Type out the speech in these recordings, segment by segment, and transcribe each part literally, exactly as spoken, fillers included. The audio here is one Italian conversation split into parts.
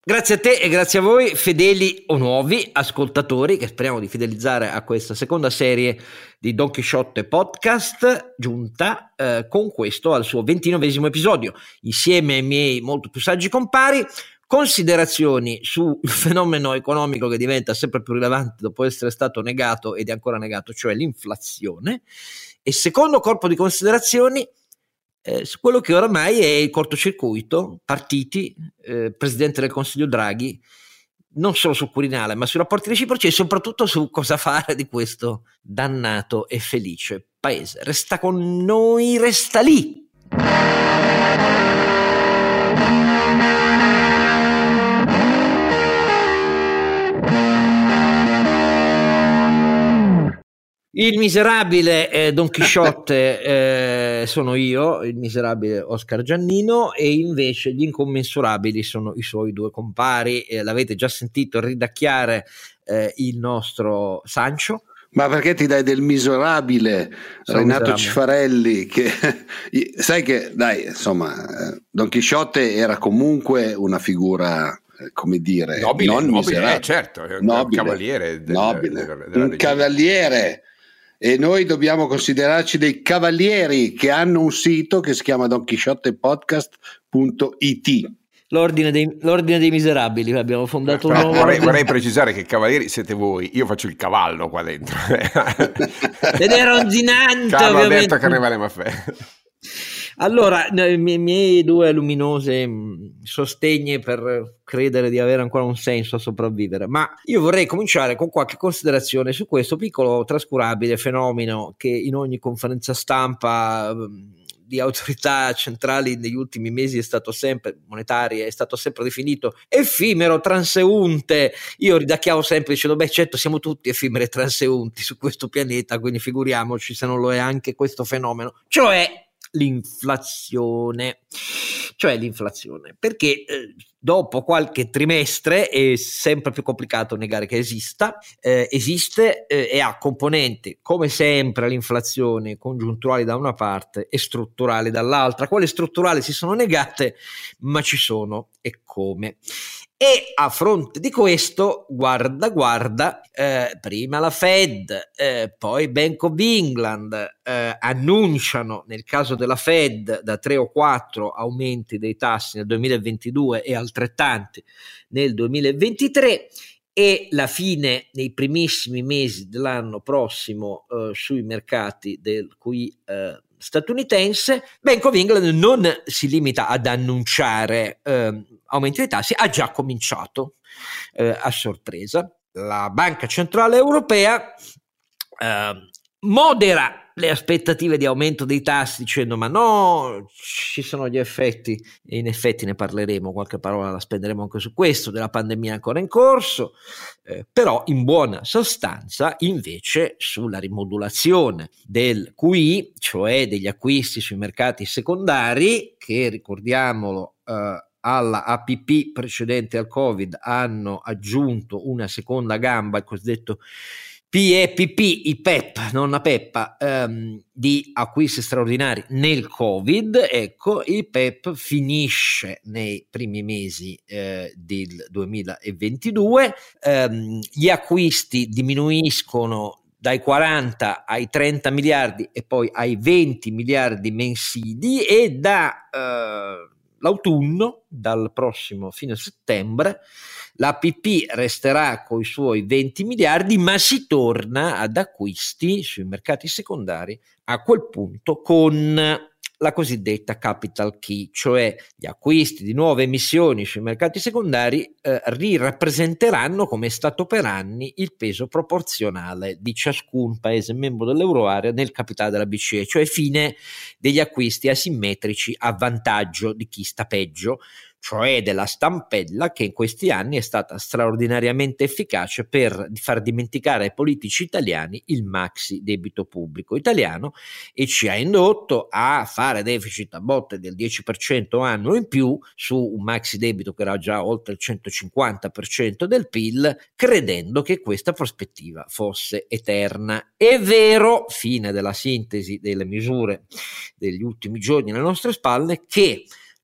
Grazie a te e grazie a voi, fedeli o nuovi ascoltatori, che speriamo di fidelizzare a questa seconda serie di Don Chisciotte Podcast, giunta eh, con questo al suo ventinovesimo episodio. Insieme ai miei molto più saggi compari, considerazioni sul fenomeno economico che diventa sempre più rilevante dopo essere stato negato ed è ancora negato, cioè l'inflazione, e secondo corpo di considerazioni Eh, su quello che oramai è il cortocircuito, partiti, eh, Presidente del Consiglio Draghi, non solo sul Quirinale, ma sui rapporti reciproci e soprattutto su cosa fare di questo dannato e felice paese. Resta con noi, resta lì! Il miserabile eh, Don Chisciotte eh, sono io, il miserabile Oscar Giannino, e invece gli incommensurabili sono i suoi due compari. Eh, l'avete già sentito ridacchiare eh, il nostro Sancio. Ma perché ti dai del miserabile? Sono Renato miserabile. Cifarelli, che sai che, dai, insomma, Don Chisciotte era comunque una figura, come dire, nobile, non nobile, miserabile, eh, certo, nobile, un cavaliere, del, nobile, del, della un cavaliere. E noi dobbiamo considerarci dei cavalieri che hanno un sito che si chiama don chisciotte podcast punto it. L'ordine dei, l'ordine dei miserabili, abbiamo fondato un nuovo vorrei, vorrei precisare che cavalieri siete voi, io faccio il cavallo qua dentro. Ed è ronzinante, Carlo ovviamente. Alberto Carnevale Maffè. Allora, i miei due luminose sostegni per credere di avere ancora un senso a sopravvivere, ma io vorrei cominciare con qualche considerazione su questo piccolo trascurabile fenomeno che in ogni conferenza stampa di autorità centrali negli ultimi mesi è stato sempre, monetarie, è stato sempre definito effimero, transeunte. Io ridacchiavo sempre dicendo, beh certo siamo tutti effimeri e transeunti su questo pianeta, quindi figuriamoci se non lo è anche questo fenomeno, cioè l'inflazione. Cioè l'inflazione, perché eh, dopo qualche trimestre è sempre più complicato negare che esista, eh, esiste eh, e ha componenti, come sempre l'inflazione, congiunturali da una parte e strutturali dall'altra. Quelle strutturali si sono negate, ma ci sono, e come. E a fronte di questo, guarda guarda, eh, prima la Fed, eh, poi Bank of England eh, annunciano, nel caso della Fed, da tre o quattro aumenti dei tassi nel duemilaventidue e altrettanti nel duemilaventitré, e la fine nei primissimi mesi dell'anno prossimo eh, sui mercati del Q E eh, statunitense. Bank of England non si limita ad annunciare eh, aumenti dei tassi, ha già cominciato eh, a sorpresa. La Banca Centrale Europea eh, modera le aspettative di aumento dei tassi dicendo ma no, ci sono gli effetti, e in effetti ne parleremo, qualche parola la spenderemo anche su questo, della pandemia ancora in corso, eh, però in buona sostanza invece sulla rimodulazione del Q I, cioè degli acquisti sui mercati secondari, che ricordiamolo eh, alla A P P precedente al Covid hanno aggiunto una seconda gamba, il cosiddetto P E P P, i P E P, nonna Peppa, ehm, di acquisti straordinari nel Covid. Ecco, il P E P finisce nei primi mesi eh, del duemilaventidue, ehm, gli acquisti diminuiscono dai quaranta ai trenta miliardi e poi ai venti miliardi mensili, e da eh, l'autunno, dal prossimo fine settembre, l'A P P resterà con i suoi venti miliardi, ma si torna ad acquisti sui mercati secondari a quel punto con la cosiddetta capital key, cioè gli acquisti di nuove emissioni sui mercati secondari eh, rirappresenteranno, come è stato per anni, il peso proporzionale di ciascun paese membro dell'euroarea nel capitale della B C E, cioè fine degli acquisti asimmetrici a vantaggio di chi sta peggio, cioè della stampella che in questi anni è stata straordinariamente efficace per far dimenticare ai politici italiani il maxi debito pubblico italiano, e ci ha indotto a fare deficit a botte del dieci per cento annuo in più su un maxi debito che era già oltre il centocinquanta per cento del P I L, credendo che questa prospettiva fosse eterna. È vero, fine della sintesi delle misure degli ultimi giorni alle nostre spalle, che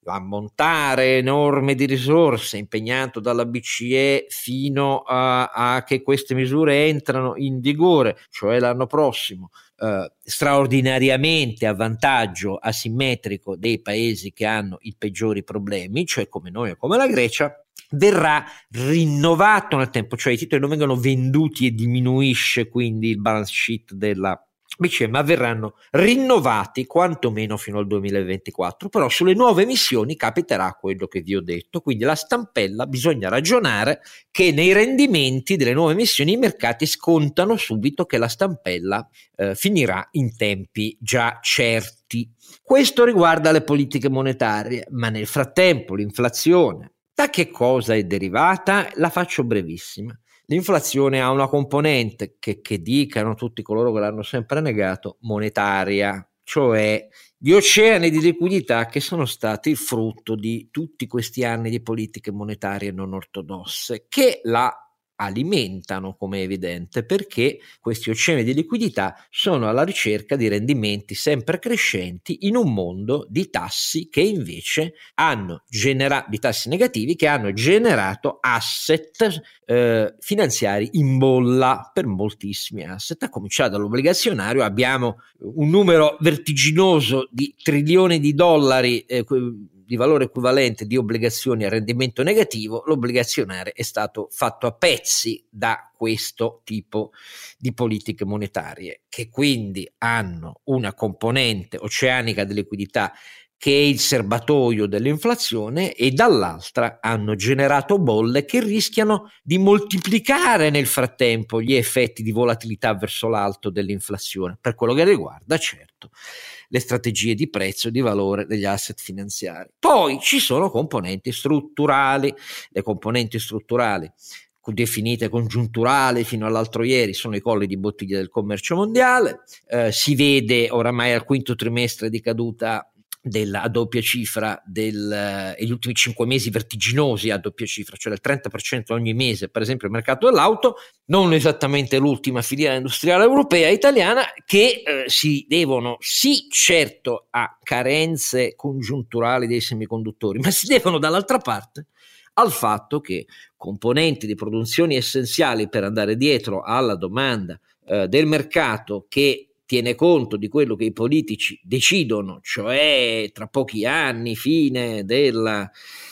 l'ammontare enorme di risorse impegnato dalla B C E fino a, a che queste misure entrano in vigore, cioè l'anno prossimo, eh, straordinariamente a vantaggio asimmetrico dei paesi che hanno i peggiori problemi, cioè come noi o come la Grecia, verrà rinnovato nel tempo, cioè i titoli non vengono venduti e diminuisce quindi il balance sheet della B C E, ma verranno rinnovati quantomeno fino al duemilaventiquattro. Però sulle nuove emissioni capiterà quello che vi ho detto, quindi la stampella bisogna ragionare che nei rendimenti delle nuove emissioni i mercati scontano subito che la stampella eh, finirà in tempi già certi. Questo riguarda le politiche monetarie, ma nel frattempo l'inflazione da che cosa è derivata? La faccio brevissima. L'inflazione ha una componente che, che dicano tutti coloro che l'hanno sempre negato, monetaria, cioè gli oceani di liquidità che sono stati il frutto di tutti questi anni di politiche monetarie non ortodosse, che la alimentano, come è evidente, perché questi oceani di liquidità sono alla ricerca di rendimenti sempre crescenti in un mondo di tassi che invece hanno generato, di tassi negativi che hanno generato asset eh, finanziari in bolla per moltissimi asset, a cominciare dall'obbligazionario. Abbiamo un numero vertiginoso di trilioni di dollari eh, di valore equivalente di obbligazioni a rendimento negativo. L'obbligazionario è stato fatto a pezzi da questo tipo di politiche monetarie, che quindi hanno una componente oceanica di liquidità che è il serbatoio dell'inflazione, e dall'altra hanno generato bolle che rischiano di moltiplicare nel frattempo gli effetti di volatilità verso l'alto dell'inflazione, per quello che riguarda certo le strategie di prezzo e di valore degli asset finanziari. Poi ci sono componenti strutturali. Le componenti strutturali definite congiunturali fino all'altro ieri sono i colli di bottiglia del commercio mondiale. Eh, si vede oramai al quinto trimestre di caduta della a doppia cifra del, eh, gli ultimi cinque mesi vertiginosi a doppia cifra, cioè del trenta per cento ogni mese, per esempio il mercato dell'auto, non esattamente l'ultima filiera industriale europea italiana, che eh, si devono sì certo a carenze congiunturali dei semiconduttori, ma si devono dall'altra parte al fatto che componenti di produzioni essenziali per andare dietro alla domanda eh, del mercato, che tiene conto di quello che i politici decidono, cioè tra pochi anni fine della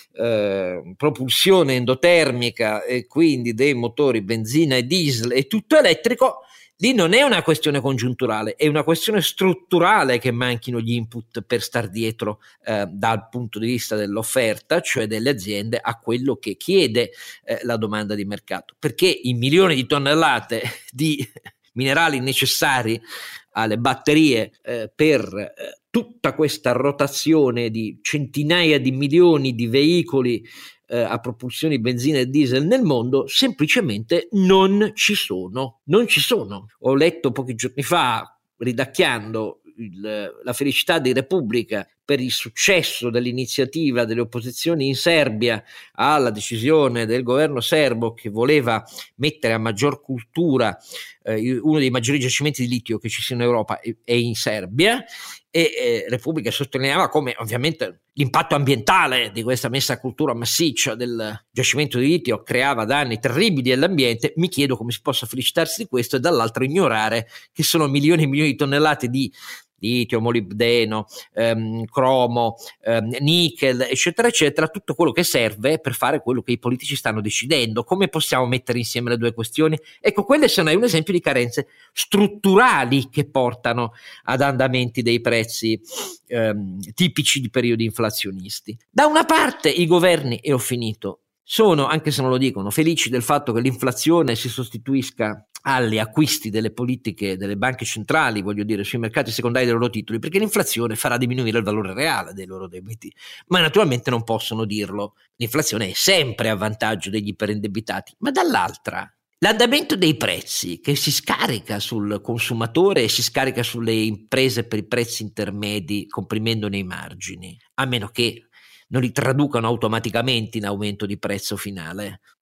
eh, propulsione endotermica e quindi dei motori benzina e diesel e tutto elettrico, lì non è una questione congiunturale, è una questione strutturale che manchino gli input per star dietro eh, dal punto di vista dell'offerta, cioè delle aziende, a quello che chiede eh, la domanda di mercato, perché i milioni di tonnellate di minerali necessari alle batterie eh, per eh, tutta questa rotazione di centinaia di milioni di veicoli eh, a propulsione benzina e diesel nel mondo semplicemente non ci sono, non ci sono. Ho letto pochi giorni fa, ridacchiando il, la felicità di Repubblica per il successo dell'iniziativa delle opposizioni in Serbia alla decisione del governo serbo, che voleva mettere a maggior cultura eh, uno dei maggiori giacimenti di litio che ci sia in Europa è in Serbia, e eh, Repubblica sottolineava come ovviamente l'impatto ambientale di questa messa a cultura massiccia del giacimento di litio creava danni terribili all'ambiente. Mi chiedo come si possa felicitarsi di questo e dall'altro ignorare che sono milioni e milioni di tonnellate di litio, molibdeno, ehm, cromo, ehm, nickel, eccetera eccetera, tutto quello che serve per fare quello che i politici stanno decidendo. Come possiamo mettere insieme le due questioni? Ecco, quelle sono un esempio di carenze strutturali che portano ad andamenti dei prezzi ehm, tipici di periodi inflazionisti. Da una parte i governi, e ho finito, sono, anche se non lo dicono, felici del fatto che l'inflazione si sostituisca agli acquisti delle politiche delle banche centrali, voglio dire, sui mercati secondari dei loro titoli, perché l'inflazione farà diminuire il valore reale dei loro debiti, ma naturalmente non possono dirlo. L'inflazione è sempre a vantaggio degli iperindebitati, ma dall'altra l'andamento dei prezzi che si scarica sul consumatore e si scarica sulle imprese per i prezzi intermedi, comprimendone i margini, a meno che non li traducano automaticamente in aumento di prezzo finale.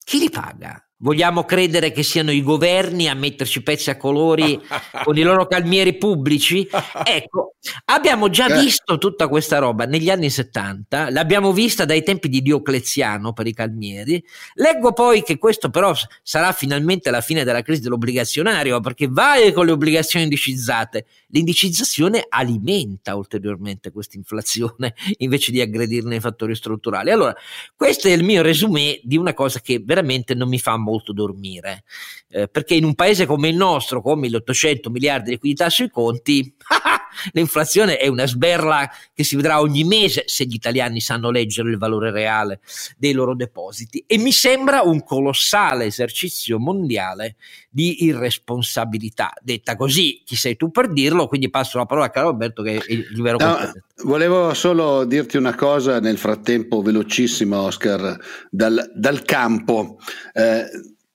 Chi li paga? Vogliamo credere che siano i governi a metterci pezzi a colori con i loro calmieri pubblici? Ecco, abbiamo già visto tutta questa roba negli anni settanta, l'abbiamo vista dai tempi di Diocleziano per i calmieri. Leggo poi che questo però sarà finalmente la fine della crisi dell'obbligazionario, perché vai con le obbligazioni indicizzate. L'indicizzazione alimenta ulteriormente questa inflazione invece di aggredirne i fattori strutturali. Allora, questo è il mio resumé di una cosa che veramente non mi fa molto dormire, eh, perché in un paese come il nostro, con milleottocento miliardi di liquidità sui conti, l'inflazione è una sberla che si vedrà ogni mese se gli italiani sanno leggere il valore reale dei loro depositi, e mi sembra un colossale esercizio mondiale di irresponsabilità. Detta così, chi sei tu per dirlo? Quindi passo la parola a Carlo Alberto, che è il vero no, competente. Volevo solo dirti una cosa nel frattempo, velocissima, Oscar, dal, dal campo. Eh,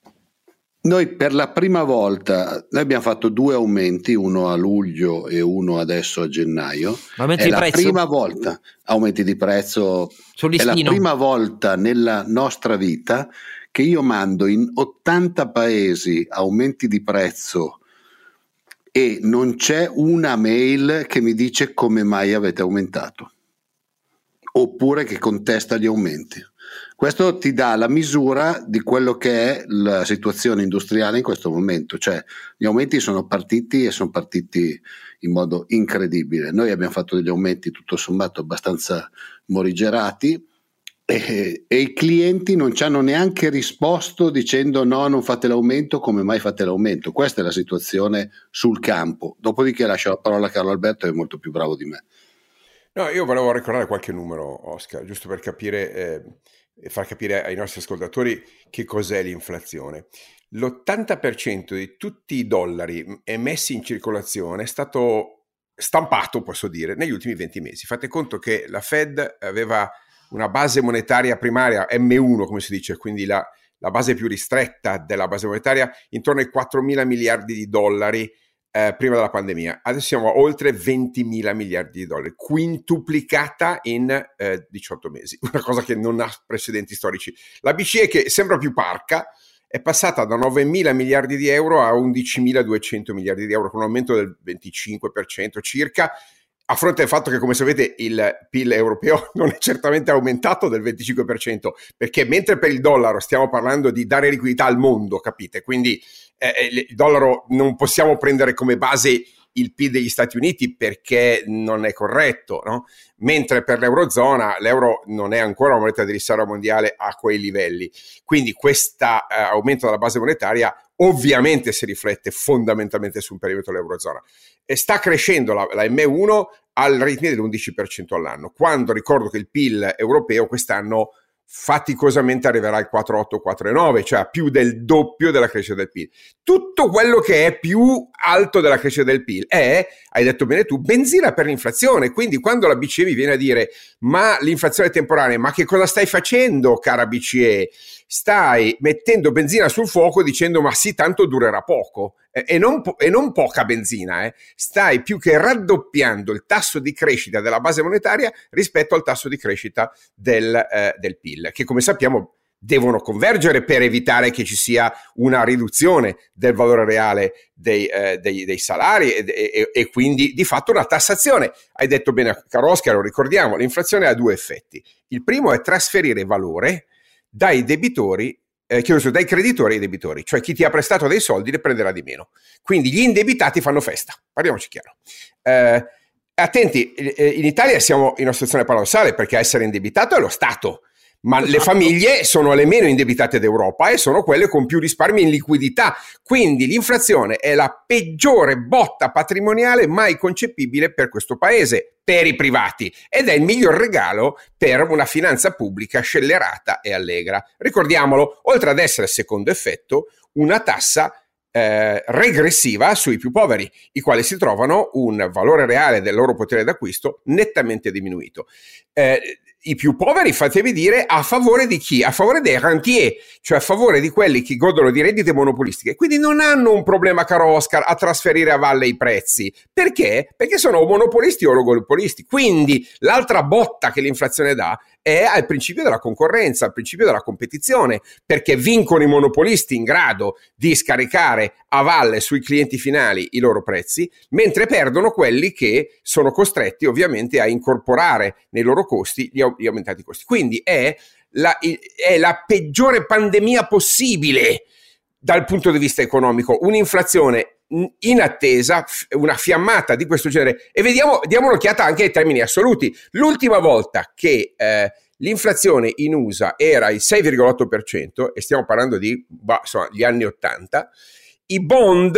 noi per la prima volta, noi abbiamo fatto due aumenti, uno a luglio e uno adesso a gennaio. Aumenti è di la prezzo? prima volta, aumenti di prezzo, è la prima volta nella nostra vita che io mando in ottanta paesi aumenti di prezzo e non c'è una mail che mi dice come mai avete aumentato, oppure che contesta gli aumenti. Questo ti dà la misura di quello che è la situazione industriale in questo momento, cioè gli aumenti sono partiti e sono partiti in modo incredibile. Noi abbiamo fatto degli aumenti tutto sommato abbastanza morigerati e, e i clienti non ci hanno neanche risposto dicendo no, non fate l'aumento, come mai fate l'aumento? Questa è la situazione sul campo. Dopodiché lascio la parola a Carlo Alberto, che è molto più bravo di me. No, io volevo ricordare qualche numero, Oscar, giusto per capire eh, e far capire ai nostri ascoltatori che cos'è l'inflazione. L'ottanta per cento di tutti i dollari emessi in circolazione è stato stampato, posso dire, negli ultimi venti mesi. Fate conto che la Fed aveva una base monetaria primaria, M uno come si dice, quindi la, la base più ristretta della base monetaria, intorno ai quattromila miliardi di dollari Eh, prima della pandemia. Adesso siamo a oltre ventimila miliardi di dollari, quintuplicata in eh, diciotto mesi, una cosa che non ha precedenti storici. La B C E, che sembra più parca, è passata da novemila miliardi di euro a undicimiladuecento miliardi di euro, con un aumento del venticinque per cento circa, a fronte del fatto che, come sapete, il P I L europeo non è certamente aumentato del venticinque per cento, perché mentre per il dollaro stiamo parlando di dare liquidità al mondo, capite? Quindi eh, il dollaro non possiamo prendere come base il P I L degli Stati Uniti perché non è corretto, no? Mentre per l'Eurozona l'euro non è ancora una moneta di riserva mondiale a quei livelli. Quindi questo eh, aumento della base monetaria ovviamente si riflette fondamentalmente sul perimetro dell'Eurozona. E sta crescendo la, la M uno al ritmo dell'undici per cento all'anno, quando ricordo che il P I L europeo quest'anno faticosamente arriverà al quattro virgola otto quattro virgola nove, cioè a più del doppio della crescita del P I L. Tutto quello che è più alto della crescita del P I L è, hai detto bene tu, benzina per l'inflazione. Quindi quando la B C E vi viene a dire ma l'inflazione è temporanea, ma che cosa stai facendo, cara B C E? Stai mettendo benzina sul fuoco dicendo ma sì, tanto durerà poco, eh, e, non po- e non poca benzina, eh. Stai più che raddoppiando il tasso di crescita della base monetaria rispetto al tasso di crescita del, eh, del P I L, che come sappiamo devono convergere per evitare che ci sia una riduzione del valore reale dei, eh, dei, dei salari e, e, e quindi di fatto una tassazione. Hai detto bene, caro Oscar, lo ricordiamo, l'inflazione ha due effetti. Il primo è trasferire valore dai debitori, eh, chiedo, dai creditori ai debitori, cioè chi ti ha prestato dei soldi ne prenderà di meno. Quindi gli indebitati fanno festa, parliamoci chiaro. Eh, attenti, in Italia siamo in una situazione paradossale perché a essere indebitato è lo Stato, ma esatto. Le famiglie sono le meno indebitate d'Europa e sono quelle con più risparmi in liquidità. Quindi l'inflazione è la peggiore botta patrimoniale mai concepibile per questo paese, per i privati, ed è il miglior regalo per una finanza pubblica scellerata e allegra. Ricordiamolo, oltre ad essere, secondo effetto, una tassa Eh, regressiva sui più poveri, i quali si trovano un valore reale del loro potere d'acquisto nettamente diminuito. Eh, I più poveri, fatevi dire, a favore di chi? A favore dei rentier, cioè a favore di quelli che godono di reddite monopolistiche. Quindi non hanno un problema, caro Oscar, a trasferire a valle i prezzi. Perché? Perché sono o monopolisti o oligopolisti. Quindi l'altra botta che l'inflazione dà è al principio della concorrenza, al principio della competizione, perché vincono i monopolisti in grado di scaricare a valle sui clienti finali i loro prezzi, mentre perdono quelli che sono costretti ovviamente a incorporare nei loro costi gli, gli aumentati costi. Quindi è la, è la peggiore pandemia possibile dal punto di vista economico, un'inflazione in attesa, una fiammata di questo genere, e vediamo, diamo un'occhiata anche ai termini assoluti. L'ultima volta che eh, l'inflazione in U S A era il sei virgola otto per cento, e stiamo parlando di bah, insomma, gli anni ottanta, i bond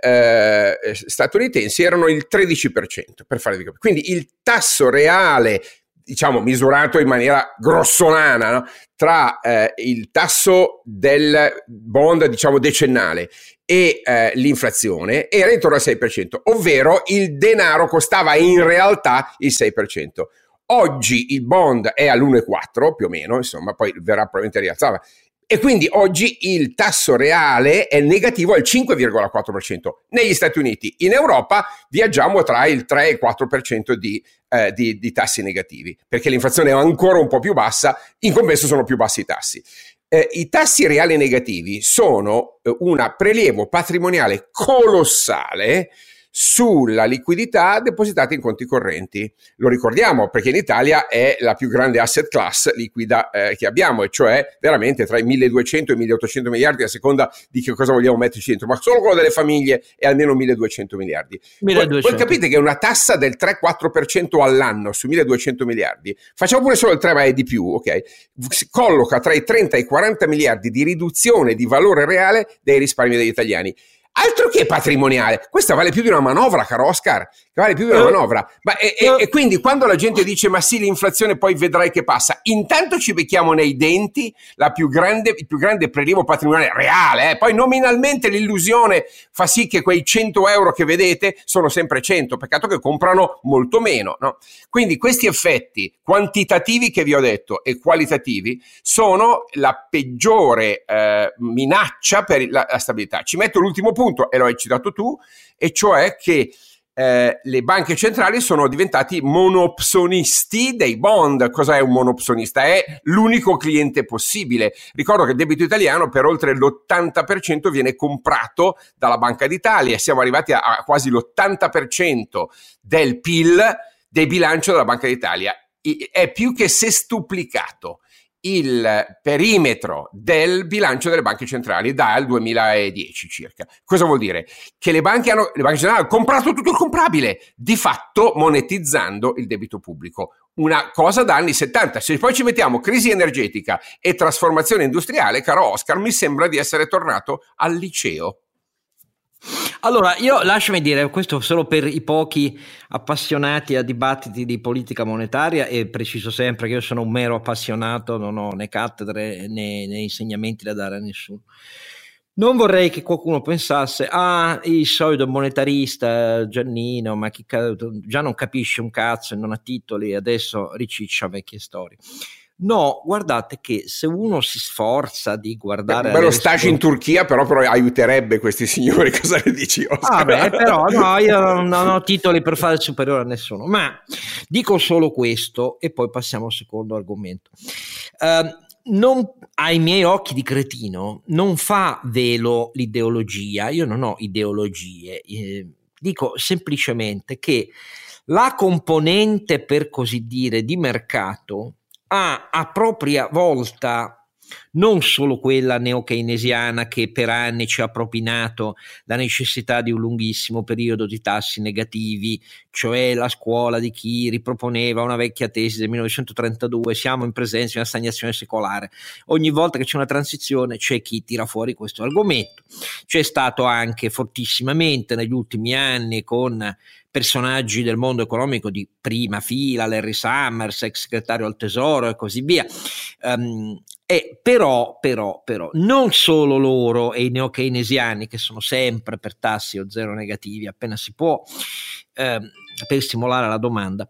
eh, statunitensi erano il tredici per cento, per farvi capire. Quindi il tasso reale, diciamo misurato in maniera grossolana, no? tra eh, il tasso del bond, diciamo decennale, e eh, l'inflazione era intorno al sei per cento, ovvero il denaro costava in realtà il sei per cento. Oggi il bond è all'uno virgola quattro più o meno, insomma, poi verrà probabilmente rialzato. E quindi oggi il tasso reale è negativo al cinque virgola quattro per cento negli Stati Uniti. In Europa viaggiamo tra il tre e il quattro per cento di, eh, di, di tassi negativi, perché l'inflazione è ancora un po' più bassa, in compenso sono più bassi i tassi. Eh, I tassi reali negativi sono eh, un prelievo patrimoniale colossale sulla liquidità depositata in conti correnti. Lo ricordiamo perché in Italia è la più grande asset class liquida eh, che abbiamo, e cioè veramente tra i milleduecento e i milleottocento miliardi a seconda di che cosa vogliamo metterci dentro, ma solo quello delle famiglie è almeno milleduecento miliardi. milleduecento. Voi, voi capite che una tassa del tre quattro per cento all'anno su milleduecento miliardi, facciamo pure solo il tre ma è di più, ok? Si colloca tra i trenta e i quaranta miliardi di riduzione di valore reale dei risparmi degli italiani. Altro che patrimoniale, questa vale più di una manovra, caro Oscar, vale più di una manovra. Ma e, e, e quindi quando la gente dice ma sì, l'inflazione poi vedrai che passa, intanto ci becchiamo nei denti la più grande, il più grande prelievo patrimoniale reale, eh? Poi nominalmente l'illusione fa sì che quei cento euro che vedete sono sempre cento, peccato che comprano molto meno, no? Quindi questi effetti quantitativi che vi ho detto e qualitativi sono la peggiore eh, minaccia per la, la stabilità. Ci metto l'ultimo punto, e lo hai citato tu, e cioè che eh, le banche centrali sono diventati monopsonisti dei bond. Cos'è un monopsonista? È l'unico cliente possibile. Ricordo che il debito italiano per oltre l'ottanta per cento viene comprato dalla Banca d'Italia, siamo arrivati a, a quasi l'ottanta per cento del P I L del bilancio della Banca d'Italia. I, è più che sestuplicato il perimetro del bilancio delle banche centrali dal duemiladieci circa. Cosa vuol dire? Che le banche hanno, le banche centrali hanno comprato tutto il comprabile, di fatto monetizzando il debito pubblico. Una cosa da anni settanta. Se poi ci mettiamo crisi energetica e trasformazione industriale, caro Oscar, mi sembra di essere tornato al liceo. Allora, io lasciami dire, questo solo per i pochi appassionati a dibattiti di politica monetaria, e preciso sempre che io sono un mero appassionato, non ho né cattedre né, né insegnamenti da dare a nessuno. Non vorrei che qualcuno pensasse, ah, il solito monetarista Giannino, ma chi già non capisce un cazzo e non ha titoli, adesso riciccia vecchie storie. No, guardate che se uno si sforza di guardare... Beh, lo stage in Turchia però, però aiuterebbe questi signori, cosa ne dici, Oscar? Ah beh, però no, io non ho titoli per fare il superiore a nessuno, ma dico solo questo e poi passiamo al secondo argomento. Uh, non, ai miei occhi di cretino non fa velo l'ideologia, io non ho ideologie, eh, dico semplicemente che la componente, per così dire, di mercato ha a propria volta non solo quella neo-keynesiana che per anni ci ha propinato la necessità di un lunghissimo periodo di tassi negativi, cioè la scuola di chi riproponeva una vecchia tesi del millenovecentotrentadue, siamo in presenza di una stagnazione secolare. Ogni volta che c'è una transizione c'è chi tira fuori questo argomento. C'è stato anche fortissimamente negli ultimi anni, con personaggi del mondo economico di prima fila, Larry Summers, ex segretario al Tesoro e così via. Um, e però, però, però, non solo loro e i neo-keynesiani, che sono sempre per tassi o zero negativi appena si può, ehm, per stimolare la domanda,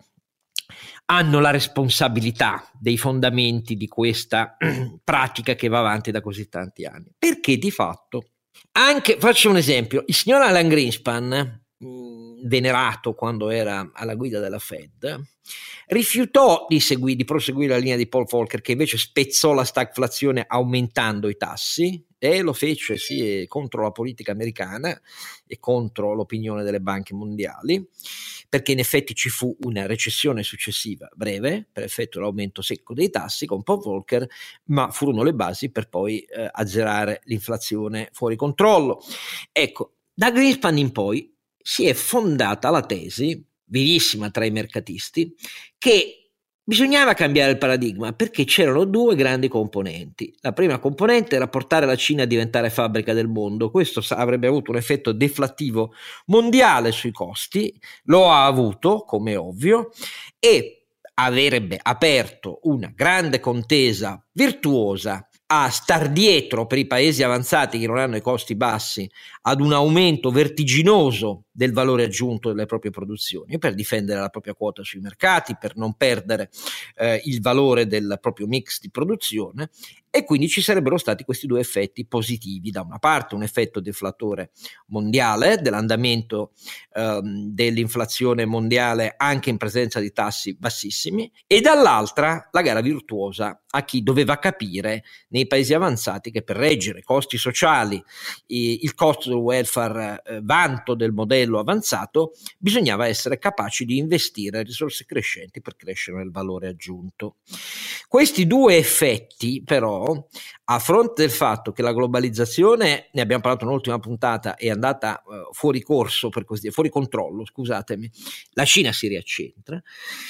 hanno la responsabilità dei fondamenti di questa pratica che va avanti da così tanti anni. Perché di fatto, anche, faccio un esempio, il signor Alan Greenspan, venerato quando era alla guida della Fed, rifiutò di, segui, di proseguire la linea di Paul Volcker, che invece spezzò la stagflazione aumentando i tassi, e lo fece sì contro la politica americana e contro l'opinione delle banche mondiali, perché in effetti ci fu una recessione successiva breve per effetto dell'aumento secco dei tassi con Paul Volcker, ma furono le basi per poi eh, azzerare l'inflazione fuori controllo. Ecco, da Greenspan in poi si è fondata la tesi, vivissima tra i mercatisti, che bisognava cambiare il paradigma perché c'erano due grandi componenti. La prima componente era portare la Cina a diventare fabbrica del mondo. Questo avrebbe avuto un effetto deflattivo mondiale sui costi, lo ha avuto, come ovvio, e avrebbe aperto una grande contesa virtuosa a star dietro per i paesi avanzati che non hanno i costi bassi ad un aumento vertiginoso del valore aggiunto delle proprie produzioni, per difendere la propria quota sui mercati, per non perdere eh, il valore del proprio mix di produzione, e quindi ci sarebbero stati questi due effetti positivi: da una parte un effetto deflatore mondiale dell'andamento ehm, dell'inflazione mondiale anche in presenza di tassi bassissimi, e dall'altra la gara virtuosa a chi doveva capire nei paesi avanzati che per reggere costi sociali, il costo del welfare, eh, vanto del modello avanzato, bisognava essere capaci di investire risorse crescenti per crescere nel valore aggiunto. Questi due effetti però, a fronte del fatto che la globalizzazione, ne abbiamo parlato nell'ultima puntata, è andata uh, fuori corso, per così dire, fuori controllo, scusatemi, la Cina si riaccentra,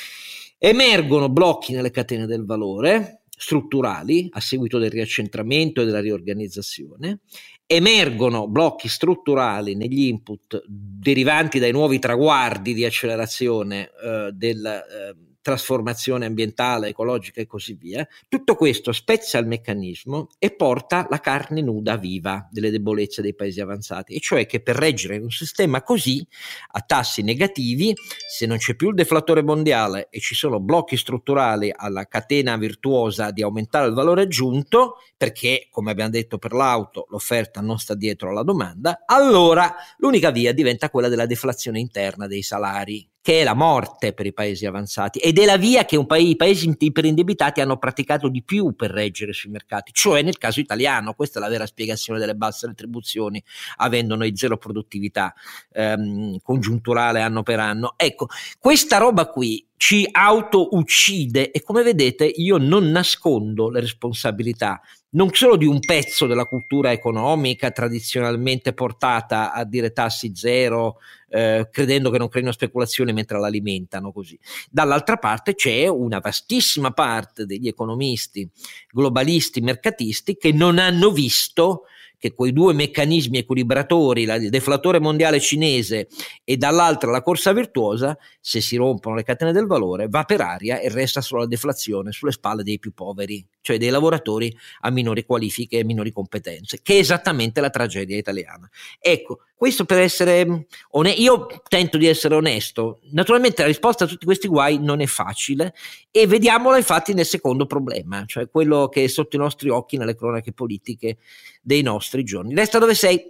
emergono blocchi nelle catene del valore strutturali a seguito del riaccentramento e della riorganizzazione, emergono blocchi strutturali negli input derivanti dai nuovi traguardi di accelerazione eh, del eh, trasformazione ambientale, ecologica e così via. Tutto questo spezza il meccanismo e porta la carne nuda viva delle debolezze dei paesi avanzati, e cioè che per reggere in un sistema così a tassi negativi, se non c'è più il deflatore mondiale e ci sono blocchi strutturali alla catena virtuosa di aumentare il valore aggiunto, perché come abbiamo detto per l'auto l'offerta non sta dietro alla domanda, allora l'unica via diventa quella della deflazione interna dei salari, che è la morte per i paesi avanzati, ed è la via che un pa- i paesi iperindebitati hanno praticato di più per reggere sui mercati, cioè nel caso italiano. Questa è la vera spiegazione delle basse retribuzioni, avendo noi zero produttività ehm, congiunturale anno per anno. Ecco, questa roba qui ci auto-uccide, e come vedete io non nascondo le responsabilità non solo di un pezzo della cultura economica tradizionalmente portata a dire tassi zero, eh, credendo che non creino speculazione mentre l'alimentano così. Dall'altra parte c'è una vastissima parte degli economisti globalisti, mercatisti, che non hanno visto che quei due meccanismi equilibratori, il deflatore mondiale cinese e dall'altra la corsa virtuosa, se si rompono le catene del valore, va per aria e resta solo la deflazione sulle spalle dei più poveri, cioè dei lavoratori a minori qualifiche e minori competenze, che è esattamente la tragedia italiana. Ecco, questo per essere onesto, io tento di essere onesto. Naturalmente la risposta a tutti questi guai non è facile, e vediamola infatti nel secondo problema, cioè quello che è sotto i nostri occhi nelle cronache politiche dei nostri giorni. Resta dove sei.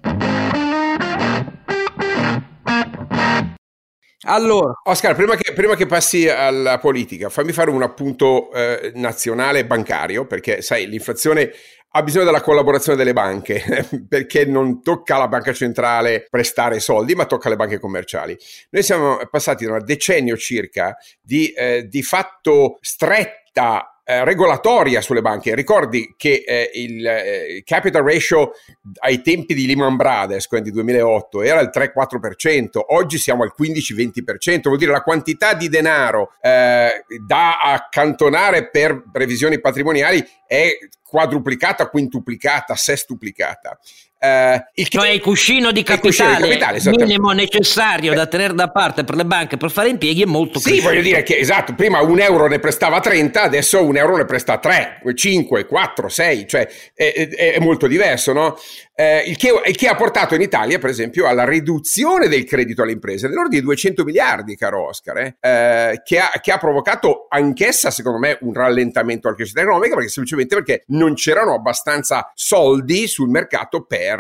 Allora, Oscar, prima che, prima che passi alla politica, fammi fare un appunto eh, nazionale bancario, perché sai, l'inflazione ha bisogno della collaborazione delle banche, perché non tocca alla banca centrale prestare soldi, ma tocca alle banche commerciali. Noi siamo passati da un decennio circa di eh, di fatto stretta Eh, regolatoria sulle banche. Ricordi che eh, il eh, capital ratio ai tempi di Lehman Brothers, quindi duemilaotto, era il tre quattro per cento, oggi siamo al quindici venti per cento, vuol dire la quantità di denaro eh, da accantonare per previsioni patrimoniali è quadruplicata, quintuplicata, sestuplicata. Uh, il cioè il cuscino di capitale, il capitale minimo necessario da tenere da parte per le banche per fare impieghi è molto sì, cresciuto. Voglio dire che esatto, prima un euro ne prestava trenta, adesso un euro ne presta tre, cinque, quattro, sei, cioè è, è, è molto diverso, no? Eh, il, che, il che ha portato in Italia per esempio alla riduzione del credito alle imprese dell'ordine di duecento miliardi, caro Oscar, eh? Eh, che, ha, che ha provocato anch'essa secondo me un rallentamento alla crescita economica, perché semplicemente perché non c'erano abbastanza soldi sul mercato per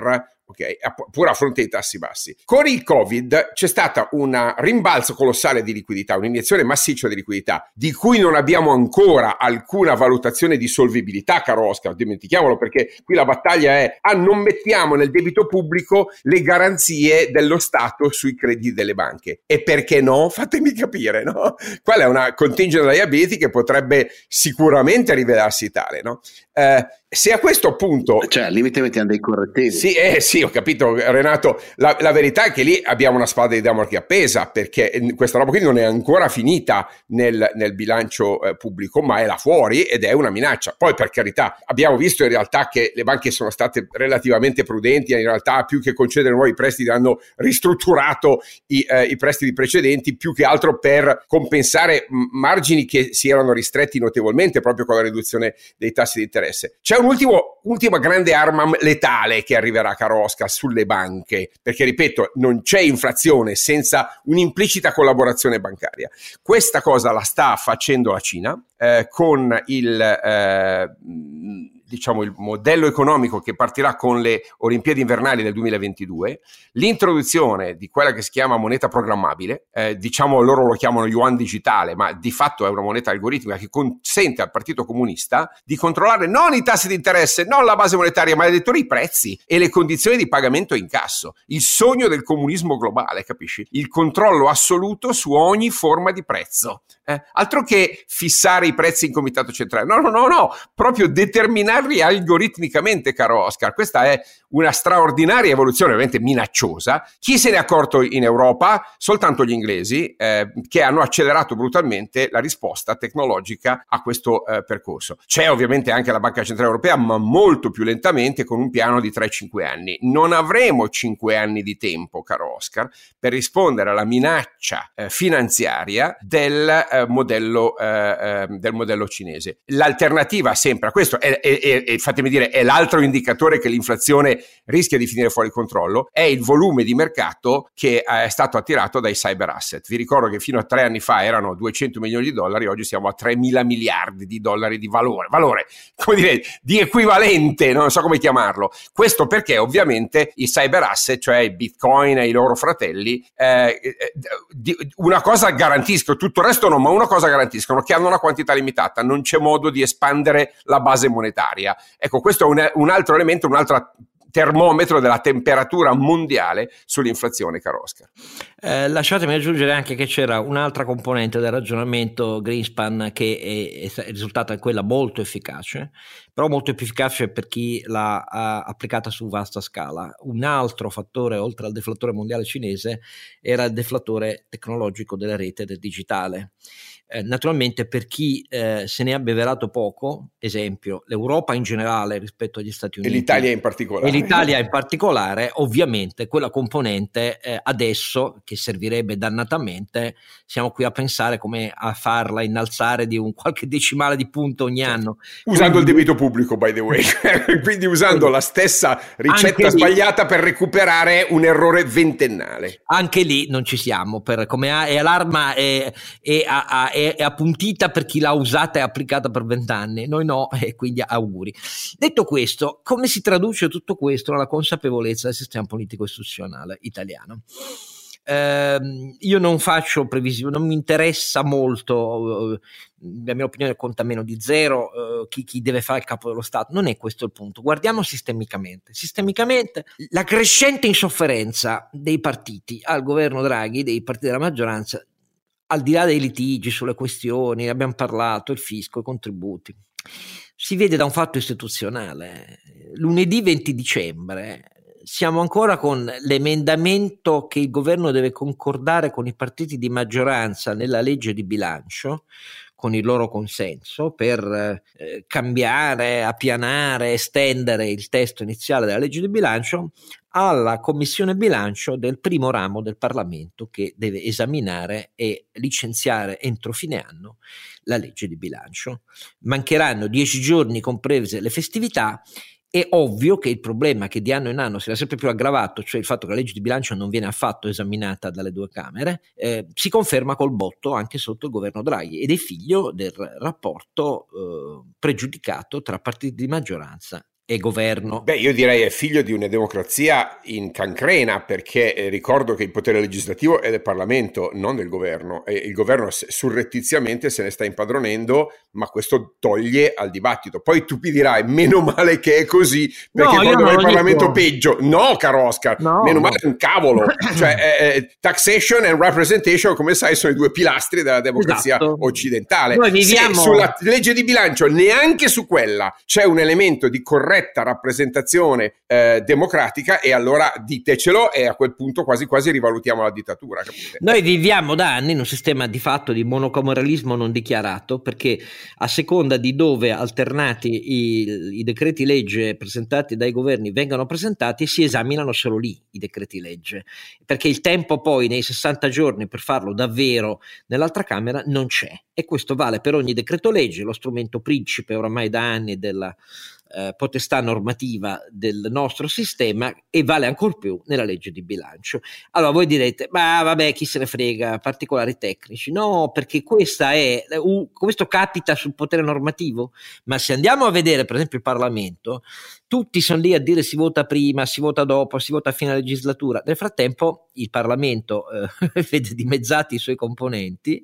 ok? Pur a fronte dei tassi bassi. Con il Covid c'è stata un rimbalzo colossale di liquidità, un'iniezione massiccia di liquidità, di cui non abbiamo ancora alcuna valutazione di solvibilità, caro Oscar, dimentichiamolo, perché qui la battaglia è ah, non mettiamo nel debito pubblico le garanzie dello Stato sui crediti delle banche. E perché no? Fatemi capire, no? Quella è una contingent liability che potrebbe sicuramente rivelarsi tale, no? Eh, se a questo punto, cioè al limite mettiamo dei correttivi. Sì, eh, sì, ho capito, Renato. La, la verità è che lì abbiamo una spada di Damocle appesa, perché questa roba qui non è ancora finita nel, nel bilancio eh, pubblico, ma è là fuori ed è una minaccia. Poi, per carità, abbiamo visto in realtà che le banche sono state relativamente prudenti, in realtà più che concedere nuovi prestiti hanno ristrutturato i, eh, i prestiti precedenti, più che altro per compensare margini che si erano ristretti notevolmente proprio con la riduzione dei tassi di interesse. C'è un ultimo, ultima grande arma letale che arriverà, caro Oscar, sulle banche, perché ripeto, non c'è inflazione senza un'implicita collaborazione bancaria. Questa cosa la sta facendo la Cina eh, con il eh, diciamo il modello economico che partirà con le Olimpiadi invernali del duemilaventidue, l'introduzione di quella che si chiama moneta programmabile, eh, diciamo loro lo chiamano yuan digitale, ma di fatto è una moneta algoritmica che consente al Partito Comunista di controllare non i tassi di interesse, non la base monetaria, ma addirittura i prezzi e le condizioni di pagamento e incasso. Il sogno del comunismo globale, capisci? Il controllo assoluto su ogni forma di prezzo. Eh? Altro che fissare i prezzi in comitato centrale. No, no, no, no, proprio determinarli algoritmicamente, caro Oscar. Questa è una straordinaria evoluzione, ovviamente minacciosa. Chi se ne è accorto in Europa? Soltanto gli inglesi, eh, che hanno accelerato brutalmente la risposta tecnologica a questo eh, percorso. C'è ovviamente anche la Banca Centrale Europea, ma molto più lentamente, con un piano di tre cinque anni. Non avremo cinque anni di tempo, caro Oscar, per rispondere alla minaccia eh, finanziaria del eh, modello eh, eh, del modello cinese. L'alternativa sempre a questo è, è, è, è fatemi dire è l'altro indicatore che l'inflazione rischia di finire fuori controllo, è il volume di mercato che è stato attirato dai cyber asset. Vi ricordo che fino a tre anni fa erano duecento milioni di dollari, oggi siamo a tremila miliardi di dollari di valore, valore come dire, di equivalente, non so come chiamarlo. Questo perché ovviamente i cyber asset, cioè i bitcoin e i loro fratelli, eh, di, una cosa garantiscono, tutto il resto no, ma una cosa garantiscono, che hanno una quantità limitata, non c'è modo di espandere la base monetaria. Ecco, questo è un, un altro elemento, un'altra termometro della temperatura mondiale sull'inflazione, caro Oscar. Eh, lasciatemi aggiungere anche che c'era un'altra componente del ragionamento Greenspan che è, è risultata quella molto efficace, però molto più efficace per chi l'ha applicata su vasta scala. Un altro fattore, oltre al deflattore mondiale cinese, era il deflattore tecnologico della rete, del digitale. Eh, naturalmente per chi eh, se ne ha abbeverato poco, esempio l'Europa in generale rispetto agli Stati Uniti e l'Italia in particolare, e l'Italia in particolare, ovviamente quella componente eh, adesso che servirebbe dannatamente, siamo qui a pensare come a farla innalzare di un qualche decimale di punto ogni certo. anno, usando quindi, il debito pubblico, by the way, quindi usando quindi, la stessa ricetta sbagliata lì, per recuperare un errore ventennale. Anche lì non ci siamo, per come ha, e l'arma è, è, è, è, è appuntita per chi l'ha usata e applicata per vent'anni, noi no, e quindi auguri. Detto questo, come si traduce tutto questo nella consapevolezza del sistema politico istituzionale italiano? Eh, io non faccio previsioni, non mi interessa molto, eh, la mia opinione conta meno di zero, eh, chi, chi deve fare il capo dello Stato, non è questo il punto. Guardiamo sistemicamente, sistemicamente la crescente insofferenza dei partiti al governo Draghi, dei partiti della maggioranza, al di là dei litigi sulle questioni, abbiamo parlato, il fisco, i contributi, si vede da un fatto istituzionale. Lunedì venti dicembre siamo ancora con l'emendamento che il governo deve concordare con i partiti di maggioranza nella legge di bilancio, con il loro consenso, per eh, cambiare, appianare, estendere il testo iniziale della legge di bilancio alla commissione bilancio del primo ramo del Parlamento, che deve esaminare e licenziare entro fine anno la legge di bilancio. Mancheranno dieci giorni comprese le festività. È ovvio che il problema che di anno in anno si era sempre più aggravato, cioè il fatto che la legge di bilancio non viene affatto esaminata dalle due Camere, eh, si conferma col botto anche sotto il governo Draghi, ed è figlio del rapporto eh, pregiudicato tra partiti di maggioranza e governo. Beh, io direi è figlio di una democrazia in cancrena, perché eh, ricordo che il potere legislativo è del Parlamento, non del governo, e il governo surrettiziamente se ne sta impadronendo, ma questo toglie al dibattito. Poi tu mi dirai, meno male che è così, perché no, quando va in Parlamento dico. peggio. No, caro Oscar, no, meno no. male è un cavolo. Cioè, eh, taxation and representation, come sai, sono i due pilastri della democrazia esatto. occidentale. Noi viviamo... Se sulla legge di bilancio, neanche su quella, c'è un elemento di corretta rappresentazione eh, democratica, e allora ditecelo, e a quel punto quasi quasi rivalutiamo la dittatura, capite? Noi viviamo da anni in un sistema di fatto di monocameralismo non dichiarato, perché a seconda di dove alternati i, i decreti legge presentati dai governi vengano presentati, si esaminano solo lì i decreti legge, perché il tempo poi nei sessanta giorni per farlo davvero nell'altra Camera non c'è, e questo vale per ogni decreto legge, lo strumento principe oramai da anni della Eh, potestà normativa del nostro sistema, e vale ancor più nella legge di bilancio. Allora voi direte, ma vabbè, chi se ne frega, particolari tecnici. No, perché questa è uh, questo capita sul potere normativo, ma se andiamo a vedere per esempio il Parlamento, tutti sono lì a dire si vota prima, si vota dopo, si vota a fine legislatura. Nel frattempo il Parlamento eh, vede dimezzati i suoi componenti,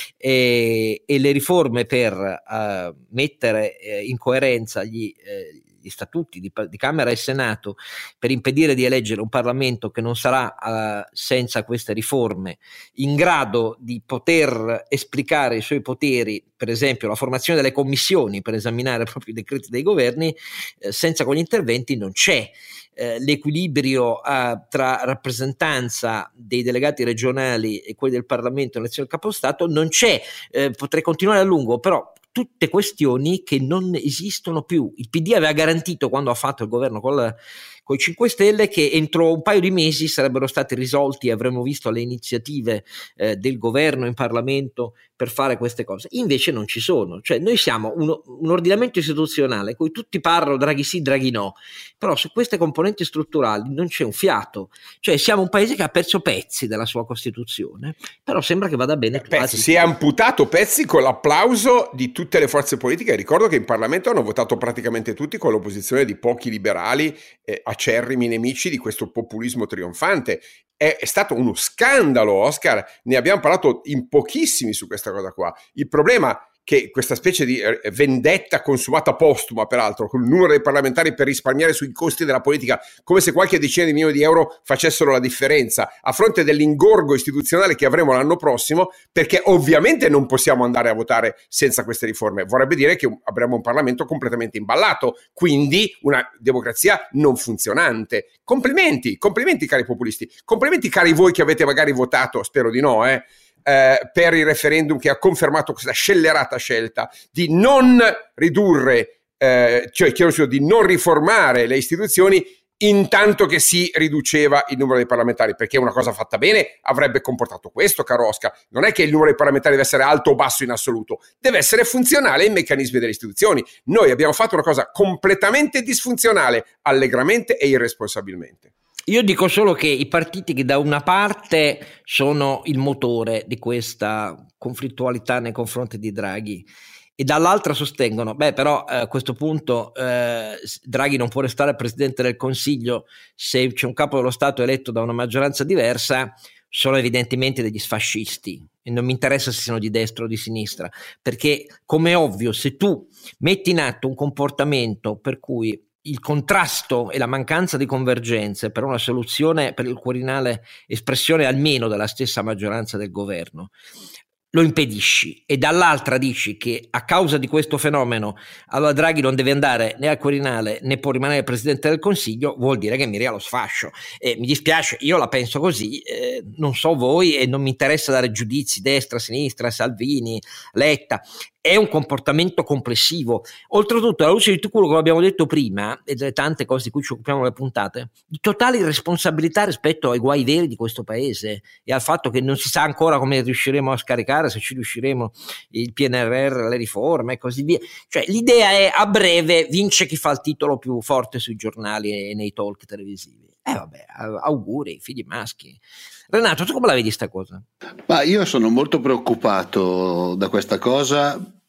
e, e le riforme per uh, mettere eh, in coerenza gli eh, gli statuti di, di Camera e Senato, per impedire di eleggere un Parlamento che non sarà uh, senza queste riforme in grado di poter esplicare i suoi poteri, per esempio la formazione delle commissioni per esaminare proprio i decreti dei governi, eh, senza quegli interventi non c'è eh, l'equilibrio uh, tra rappresentanza dei delegati regionali e quelli del Parlamento in elezione del capostato, non c'è. Eh, potrei continuare a lungo, però tutte questioni che non esistono più. Il P D aveva garantito, quando ha fatto il governo con i cinque Stelle, che entro un paio di mesi sarebbero stati risolti e avremmo visto le iniziative eh, del governo in Parlamento per fare queste cose. Invece non ci sono. Cioè noi siamo un, un ordinamento istituzionale in cui tutti parlano Draghi sì, Draghi no, però su queste componenti strutturali non c'è un fiato. Cioè siamo un paese che ha perso pezzi della sua Costituzione, però sembra che vada bene. Pezzi, si è amputato pezzi con l'applauso di tutte le forze politiche. Ricordo che in Parlamento hanno votato praticamente tutti, con l'opposizione di pochi liberali eh, acerrimi nemici di questo populismo trionfante. È, è stato uno scandalo, Oscar, ne abbiamo parlato in pochissimi su questa cosa qua. Il problema che questa specie di vendetta consumata postuma, peraltro, con il numero dei parlamentari per risparmiare sui costi della politica, come se qualche decina di milioni di euro facessero la differenza, a fronte dell'ingorgo istituzionale che avremo l'anno prossimo, perché ovviamente non possiamo andare a votare senza queste riforme. Vorrebbe dire che avremo un Parlamento completamente imballato, quindi una democrazia non funzionante. Complimenti, complimenti cari populisti, complimenti cari voi che avete magari votato, spero di no, eh, Eh, per il referendum che ha confermato questa scellerata scelta di non ridurre, eh, cioè chiedo, di non riformare le istituzioni intanto che si riduceva il numero dei parlamentari, perché una cosa fatta bene avrebbe comportato questo, caro Oscar. Non è che il numero dei parlamentari deve essere alto o basso in assoluto, deve essere funzionale ai meccanismi delle istituzioni. Noi abbiamo fatto una cosa completamente disfunzionale, allegramente e irresponsabilmente. Io dico solo che i partiti che da una parte sono il motore di questa conflittualità nei confronti di Draghi e dall'altra sostengono, beh però eh, a questo punto eh, Draghi non può restare Presidente del Consiglio se c'è un capo dello Stato eletto da una maggioranza diversa, sono evidentemente degli sfascisti. E non mi interessa se sono di destra o di sinistra, perché come è ovvio, se tu metti in atto un comportamento per cui il contrasto e la mancanza di convergenze per una soluzione per il Quirinale, espressione almeno della stessa maggioranza del governo, lo impedisci, e dall'altra dici che a causa di questo fenomeno allora Draghi non deve andare né al Quirinale né può rimanere Presidente del Consiglio, vuol dire che miri allo sfascio. E mi dispiace, io la penso così, eh, non so voi e non mi interessa dare giudizi destra, sinistra, Salvini, Letta. È un comportamento complessivo. Oltretutto, alla luce di tutto quello che abbiamo detto prima e delle tante cose di cui ci occupiamo nelle puntate, di totale irresponsabilità rispetto ai guai veri di questo paese e al fatto che non si sa ancora come riusciremo a scaricare, se ci riusciremo, il P N R R, le riforme e così via. Cioè l'idea è: a breve vince chi fa il titolo più forte sui giornali e nei talk televisivi. Eh vabbè, auguri, figli maschi. Renato, tu come la vedi sta cosa? Ma io sono molto preoccupato da questa cosa,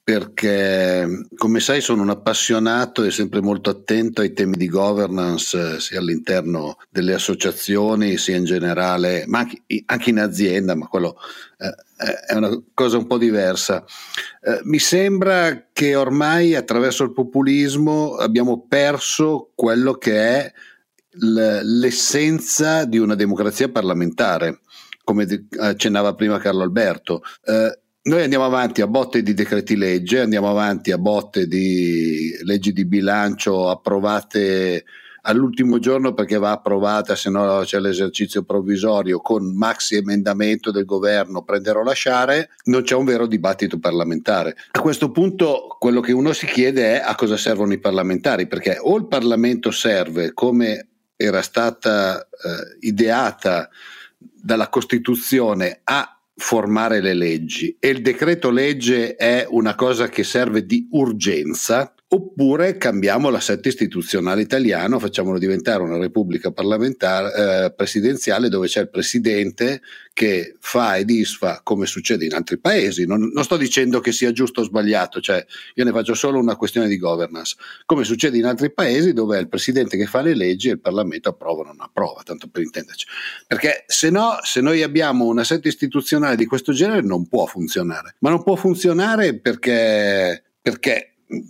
perché come sai sono un appassionato e sempre molto attento ai temi di governance, sia all'interno delle associazioni sia in generale, ma anche, anche in azienda, ma quello eh, è una cosa un po' diversa. Eh, mi sembra che ormai attraverso il populismo abbiamo perso quello che è l'essenza di una democrazia parlamentare, come accennava prima Carlo Alberto. Eh, Noi andiamo avanti a botte di decreti legge, andiamo avanti a botte di leggi di bilancio approvate all'ultimo giorno perché va approvata, se no c'è l'esercizio provvisorio con maxi emendamento del governo, prendere o lasciare, non c'è un vero dibattito parlamentare. A questo punto quello che uno si chiede è a cosa servono i parlamentari, perché o il Parlamento serve come era stata eh, ideata dalla Costituzione a formare le leggi e il decreto legge è una cosa che serve di urgenza, oppure cambiamo l'assetto istituzionale italiano, facciamolo diventare una repubblica parlamentare eh, presidenziale dove c'è il presidente che fa e disfa come succede in altri paesi. Non, non sto dicendo che sia giusto o sbagliato, cioè io ne faccio solo una questione di governance, come succede in altri paesi dove è il presidente che fa le leggi e il Parlamento approva o non approva, tanto per intenderci, perché se no, se noi abbiamo un assetto istituzionale di questo genere non può funzionare, ma non può funzionare perché perché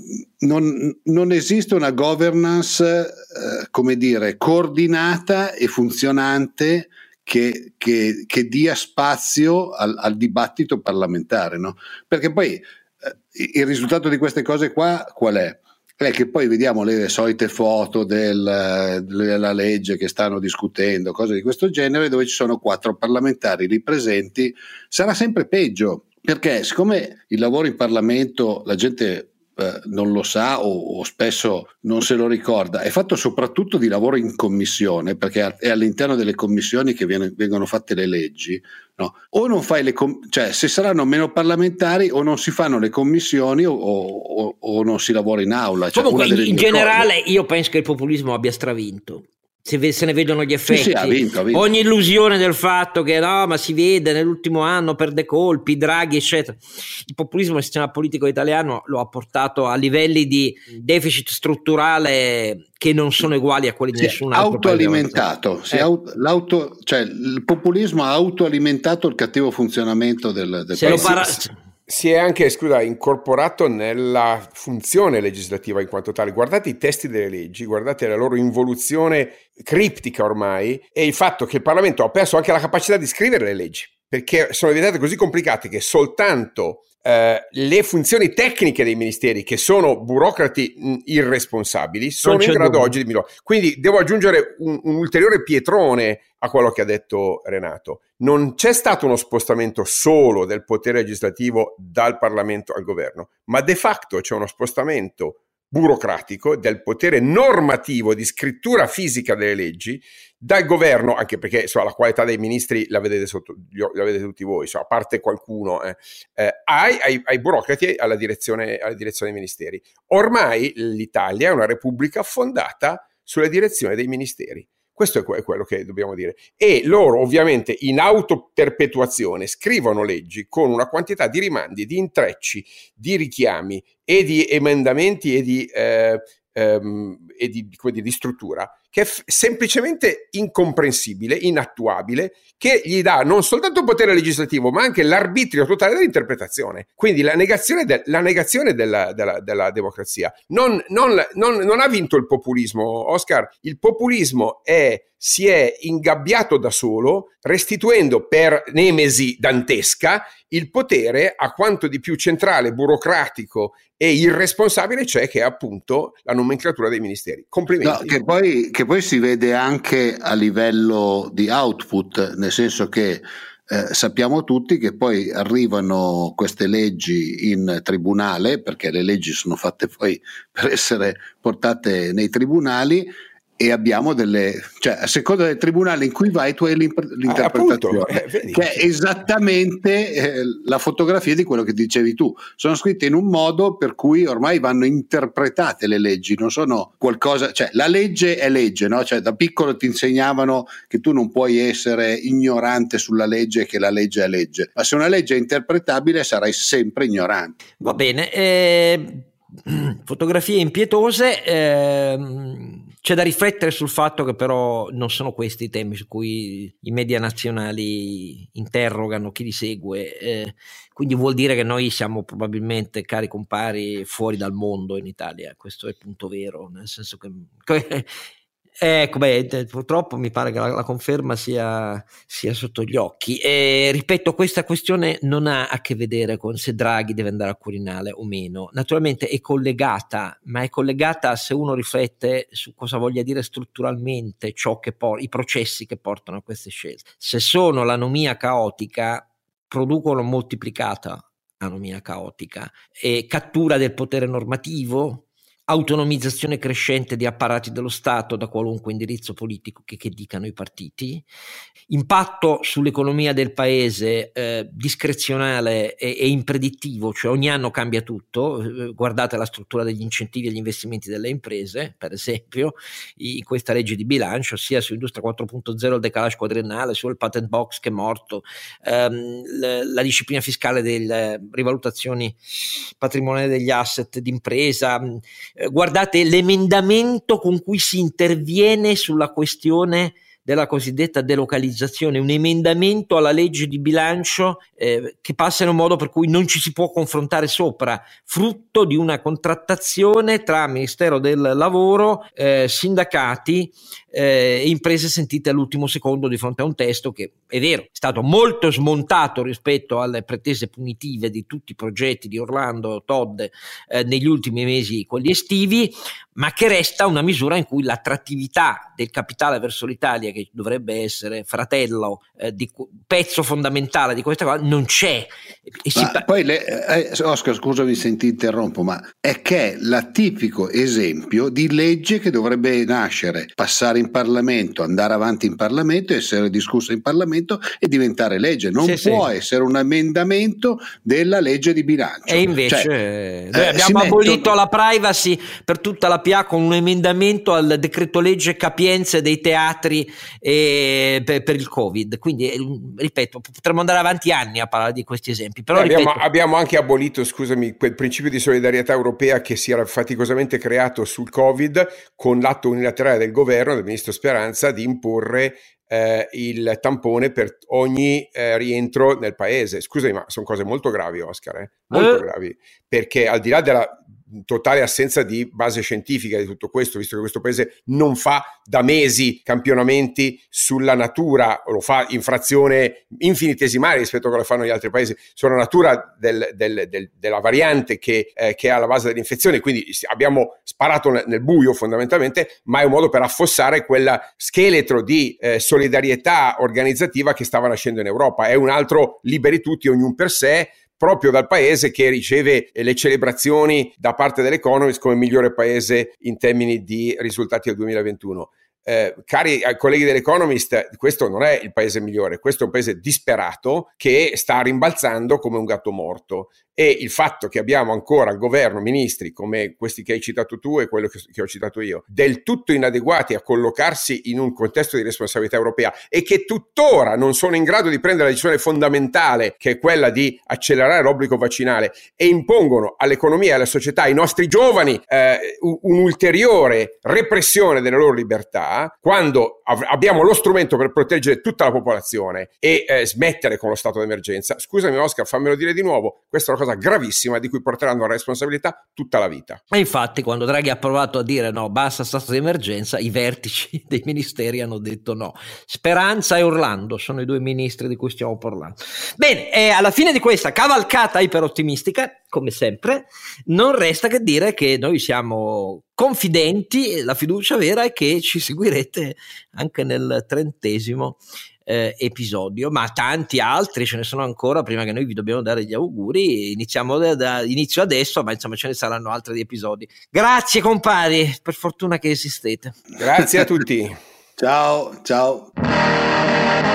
Non, non esiste una governance eh, come dire coordinata e funzionante che, che, che dia spazio al, al dibattito parlamentare, no? Perché poi eh, il risultato di queste cose qua qual è? È che poi vediamo le solite foto del, della legge che stanno discutendo, cose di questo genere, dove ci sono quattro parlamentari lì presenti. Sarà sempre peggio, perché siccome il lavoro in Parlamento la gente Eh, non lo sa o, o spesso non se lo ricorda, è fatto soprattutto di lavoro in commissione, perché è all'interno delle commissioni che viene, vengono fatte le leggi, no? O non fai le com- cioè se saranno meno parlamentari o non si fanno le commissioni o, o, o non si lavora in aula, cioè comunque in, in generale cose. Io penso che il populismo abbia stravinto. Se, se ne vedono gli effetti, sì, sì, ha vinto, ha vinto. Ogni illusione del fatto che no, ma si vede nell'ultimo anno perde colpi, Draghi eccetera. Il populismo nel sistema politico italiano lo ha portato a livelli di deficit strutturale che non sono uguali a quelli di nessun altro autoalimentato, si eh. auto, l'auto, cioè il populismo ha autoalimentato il cattivo funzionamento del, del se paese. Lo para- Si è anche, scusa, incorporato nella funzione legislativa in quanto tale. Guardate i testi delle leggi, guardate la loro involuzione criptica ormai e il fatto che il Parlamento ha perso anche la capacità di scrivere le leggi, perché sono diventate così complicate che soltanto eh, le funzioni tecniche dei ministeri, che sono burocrati mh, irresponsabili, sono in grado oggi di migliorare. Quindi devo aggiungere un, un ulteriore pietrone a quello che ha detto Renato. Non c'è stato uno spostamento solo del potere legislativo dal Parlamento al governo, ma de facto c'è uno spostamento burocratico del potere normativo di scrittura fisica delle leggi dal governo, anche perché insomma, la qualità dei ministri la vedete, sotto, la vedete tutti voi, insomma, a parte qualcuno, eh, eh, ai, ai, ai burocrati alla direzione, alla direzione dei ministeri. Ormai l'Italia è una repubblica fondata sulla direzione dei ministeri. Questo è quello che dobbiamo dire. E loro ovviamente in autoperpetuazione scrivono leggi con una quantità di rimandi, di intrecci, di richiami e di emendamenti e di, eh, ehm, e di, di, di struttura che è f- semplicemente incomprensibile, inattuabile, che gli dà non soltanto il potere legislativo ma anche l'arbitrio totale dell'interpretazione. Quindi la negazione, de- la negazione della, della, della democrazia. Non, non, non, non ha vinto il populismo, Oscar. Il populismo è, si è ingabbiato da solo, restituendo per nemesi dantesca il potere a quanto di più centrale, burocratico e irresponsabile c'è, che è appunto la nomenclatura dei ministeri. Complimenti. No, che poi, che poi si vede anche a livello di output, nel senso che eh, sappiamo tutti che poi arrivano queste leggi in tribunale, perché le leggi sono fatte poi per essere portate nei tribunali, e abbiamo delle, cioè a seconda del tribunale in cui vai tu hai l'interpretazione, ah, eh, che è esattamente eh, la fotografia di quello che dicevi tu. Sono scritte in un modo per cui ormai vanno interpretate le leggi, non sono qualcosa, cioè la legge è legge, no? Cioè da piccolo ti insegnavano che tu non puoi essere ignorante sulla legge e che la legge è legge, ma se una legge è interpretabile sarai sempre ignorante. Va bene, eh, fotografie impietose. Eh, C'è da riflettere sul fatto che però non sono questi i temi su cui i media nazionali interrogano chi li segue, eh, quindi vuol dire che noi siamo probabilmente, cari compari, fuori dal mondo in Italia. Questo è il punto vero, nel senso che ecco, beh, purtroppo mi pare che la, la conferma sia, sia sotto gli occhi. E ripeto, questa questione non ha a che vedere con se Draghi deve andare al Quirinale o meno. Naturalmente è collegata, ma è collegata se uno riflette su cosa voglia dire strutturalmente ciò che por- i processi che portano a queste scelte. Se sono l'anomia caotica, producono moltiplicata anomia caotica e cattura del potere normativo, autonomizzazione crescente di apparati dello Stato da qualunque indirizzo politico che, che dicano i partiti, impatto sull'economia del paese eh, discrezionale e, e impredittivo, cioè ogni anno cambia tutto. Eh, guardate la struttura degli incentivi agli investimenti delle imprese, per esempio, in questa legge di bilancio, sia su Industria quattro punto zero, il decalage quadriennale, sul patent box che è morto, ehm, la, la disciplina fiscale delle rivalutazioni patrimoniali degli asset d'impresa. Guardate l'emendamento con cui si interviene sulla questione della cosiddetta delocalizzazione, un emendamento alla legge di bilancio eh, che passa in un modo per cui non ci si può confrontare sopra, frutto di una contrattazione tra Ministero del Lavoro, eh, sindacati eh, e imprese sentite all'ultimo secondo di fronte a un testo che, è vero, è stato molto smontato rispetto alle pretese punitive di tutti i progetti di Orlando Todd eh, negli ultimi mesi, quelli estivi, ma che resta una misura in cui l'attrattività del capitale verso l'Italia, che dovrebbe essere fratello, eh, di pezzo fondamentale di questa cosa, non c'è. E si pa- poi le, eh, Oscar, scusami se ti interrompo, ma è che è l'atipico esempio di legge che dovrebbe nascere, passare in Parlamento, andare avanti in Parlamento, essere discussa in Parlamento e diventare legge. Non sì, può sì. essere un emendamento della legge di bilancio. E invece cioè, noi eh, abbiamo abolito mettono... la privacy per tutta la P A con un emendamento al decreto legge capienze dei teatri eh, per, per il Covid. Quindi ripeto, potremmo andare avanti anni a parlare di questi esempi. Però, abbiamo, ripeto, abbiamo anche abolito, scusami, quel principio di solidarietà europea che si era faticosamente creato sul Covid con l'atto unilaterale del governo, del ministro Speranza, di imporre eh, il tampone per ogni eh, rientro nel paese. Scusami, ma sono cose molto gravi, Oscar, eh? molto eh. gravi, perché al di là della totale assenza di base scientifica di tutto questo, visto che questo paese non fa da mesi campionamenti sulla natura, lo fa in frazione infinitesimale rispetto a quello che fanno gli altri paesi, sulla natura del, del, del, della variante che, eh, che è alla base dell'infezione, quindi abbiamo sparato nel buio fondamentalmente, ma è un modo per affossare quella scheletro di eh, solidarietà organizzativa che stava nascendo in Europa. È un altro liberi tutti, ognuno per sé, proprio dal paese che riceve le celebrazioni da parte dell'Economist come migliore paese in termini di risultati del duemilaventuno. Eh, cari colleghi dell'Economist, questo non è il paese migliore, questo è un paese disperato che sta rimbalzando come un gatto morto, e il fatto che abbiamo ancora al governo ministri come questi che hai citato tu e quello che, che ho citato io, del tutto inadeguati a collocarsi in un contesto di responsabilità europea e che tuttora non sono in grado di prendere la decisione fondamentale, che è quella di accelerare l'obbligo vaccinale, e impongono all'economia e alla società, ai nostri giovani, eh, un'ulteriore repressione delle loro libertà, quando av- abbiamo lo strumento per proteggere tutta la popolazione e eh, smettere con lo stato d'emergenza. Scusami Oscar, fammelo dire di nuovo, questa è una cosa gravissima di cui porteranno la responsabilità tutta la vita. E infatti quando Draghi ha provato a dire no, basta stato di emergenza, i vertici dei ministeri hanno detto no. Speranza e Orlando sono i due ministri di cui stiamo parlando. Bene, e alla fine di questa cavalcata iperottimistica, come sempre, non resta che dire che noi siamo confidenti, la fiducia vera è che ci seguirete anche nel trentesimo eh, episodio, ma tanti altri ce ne sono ancora prima che noi vi dobbiamo dare gli auguri. Iniziamo da, da inizio adesso, ma insomma ce ne saranno altri episodi. Grazie compari, per fortuna che esistete. Grazie a tutti. Ciao, ciao.